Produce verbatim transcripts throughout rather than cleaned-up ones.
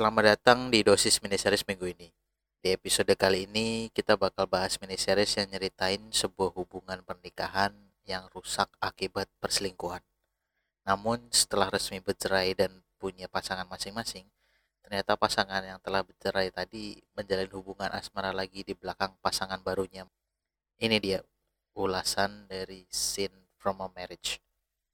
Selamat datang di dosis miniseries minggu ini. Di episode kali ini kita bakal bahas miniseries yang nyeritain sebuah hubungan pernikahan yang rusak akibat perselingkuhan. Namun setelah resmi bercerai dan punya pasangan masing-masing, ternyata pasangan yang telah bercerai tadi menjalin hubungan asmara lagi di belakang pasangan barunya. Ini dia ulasan dari Scene from a Marriage.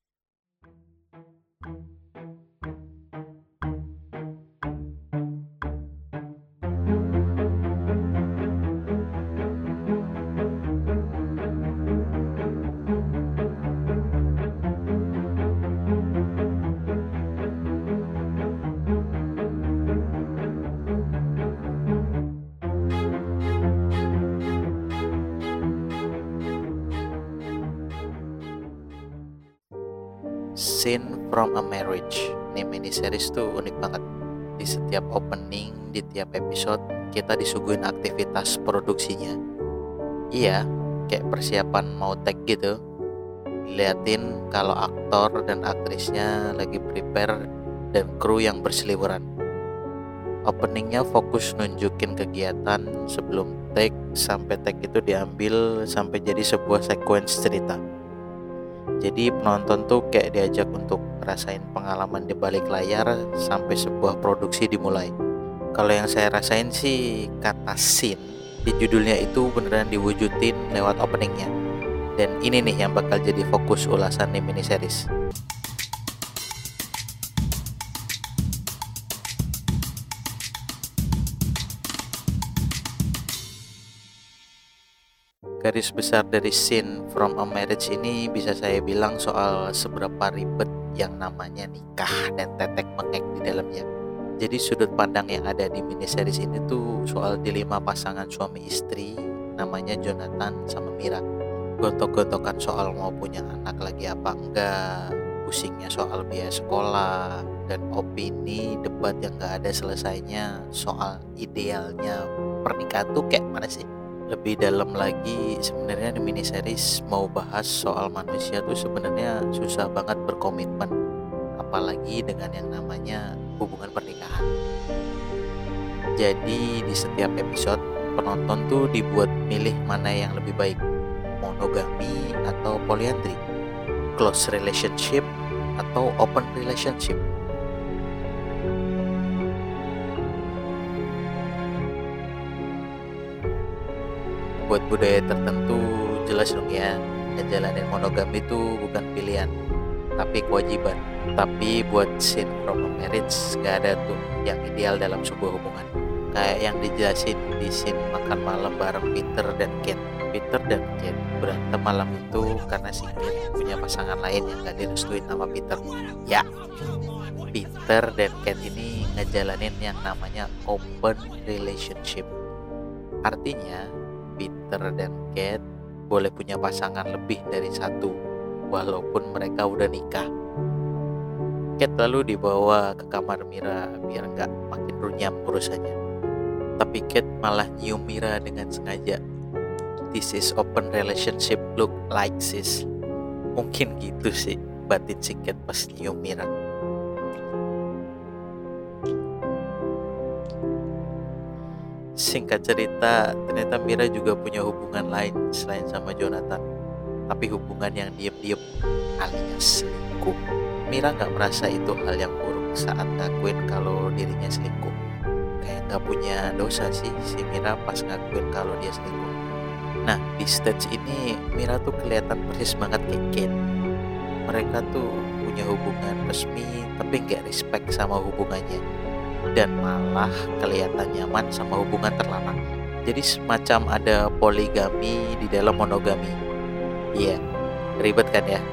Scene from a Marriage. Ini miniseries tuh unik banget. Di setiap opening, di tiap episode, kita disuguhin aktivitas produksinya. Iya, kayak persiapan mau tag gitu. Liatin kalau aktor dan aktrisnya lagi prepare dan kru yang berseliweran. Openingnya fokus nunjukin kegiatan sebelum tag sampai tag itu diambil sampai jadi sebuah sequence cerita. Jadi penonton tuh kayak diajak untuk ngerasain pengalaman di balik layar sampai sebuah produksi dimulai. Kalau yang saya rasain sih kata scene di judulnya itu beneran diwujudin lewat openingnya. Dan ini nih yang bakal jadi fokus ulasan di miniseries. Garis besar dari Scene from a Marriage ini bisa saya bilang soal seberapa ribet yang namanya nikah dan tetek mengek di dalamnya. Jadi sudut pandang yang ada di miniseries ini tuh soal dilema pasangan suami istri namanya Jonathan sama Mira. Gontok-gontokan soal mau punya anak lagi apa enggak, pusingnya soal biaya sekolah, dan opini debat yang gak ada selesainya soal idealnya pernikahan tuh kayak mana sih. Lebih dalam lagi sebenarnya di miniseries mau bahas soal manusia tuh sebenarnya susah banget berkomitmen, apalagi dengan yang namanya hubungan pernikahan. Jadi di setiap episode penonton tuh dibuat milih mana yang lebih baik, monogami atau polyandry, close relationship atau open relationship. Buat budaya tertentu jelas dong ya, ngejalanin monogami itu bukan pilihan tapi kewajiban. Tapi buat Scene from a Marriage gak ada tuh yang ideal dalam sebuah hubungan. Kayak yang dijelasin di scene makan malam bareng Peter dan Kate. Peter dan Kate berantem malam itu karena si Kate punya pasangan lain yang gak direstuin sama Peter. Ya, Peter dan Kate ini ngejalanin yang namanya open relationship. Artinya Peter dan Kate boleh punya pasangan lebih dari satu walaupun mereka udah nikah. Kate lalu dibawa ke kamar Mira biar gak makin runyam urusannya. Tapi Kate malah nyium Mira dengan sengaja. This is open relationship look like sis. Mungkin gitu sih batin si Kate pas nyium Mira. Singkat cerita, ternyata Mira juga punya hubungan lain selain sama Jonathan. Tapi hubungan yang diem-diem alias selingkuh. Mira gak merasa itu hal yang buruk saat ngakuin kalau dirinya selingkuh. Kayak gak punya dosa sih si Mira pas ngakuin kalau dia selingkuh. Nah di stage ini Mira tuh kelihatan persis banget kayak Kate. Mereka tuh punya hubungan resmi tapi gak respect sama hubungannya, dan malah kelihatan nyaman sama hubungan terlarang. Jadi semacam ada poligami di dalam monogami. Iya, ribet kan ya?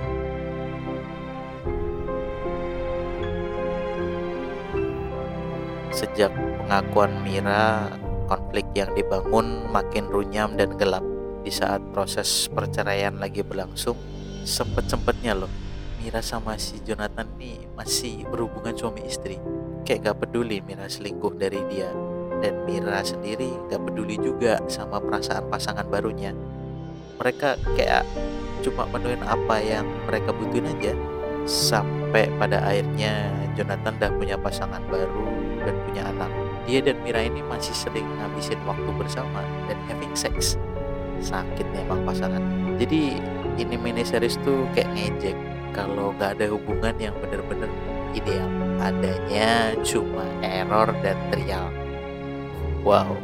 Sejak pengakuan Mira, konflik yang dibangun makin runyam dan gelap. Di saat proses perceraian lagi berlangsung, sempet-sempetnya loh Mira sama si Jonathan nih masih berhubungan suami istri. Kayak gak peduli Mira selingkuh dari dia, dan Mira sendiri gak peduli juga sama perasaan pasangan barunya. Mereka kayak cuma menuhin apa yang mereka butuhin aja. Sampai pada akhirnya Jonathan udah punya pasangan baru dan punya anak. dia dan Mira ini masih sering ngabisin waktu bersama dan having sex. Sakit memang pasangan. Jadi ini miniseries tuh kayak ngejek kalau nggak ada hubungan yang bener-bener ideal. Adanya cuma error dan trial. Wow.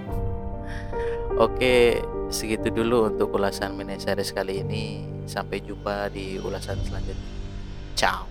Oke, segitu dulu untuk ulasan miniseries kali ini. Sampai jumpa di ulasan selanjutnya. Ciao.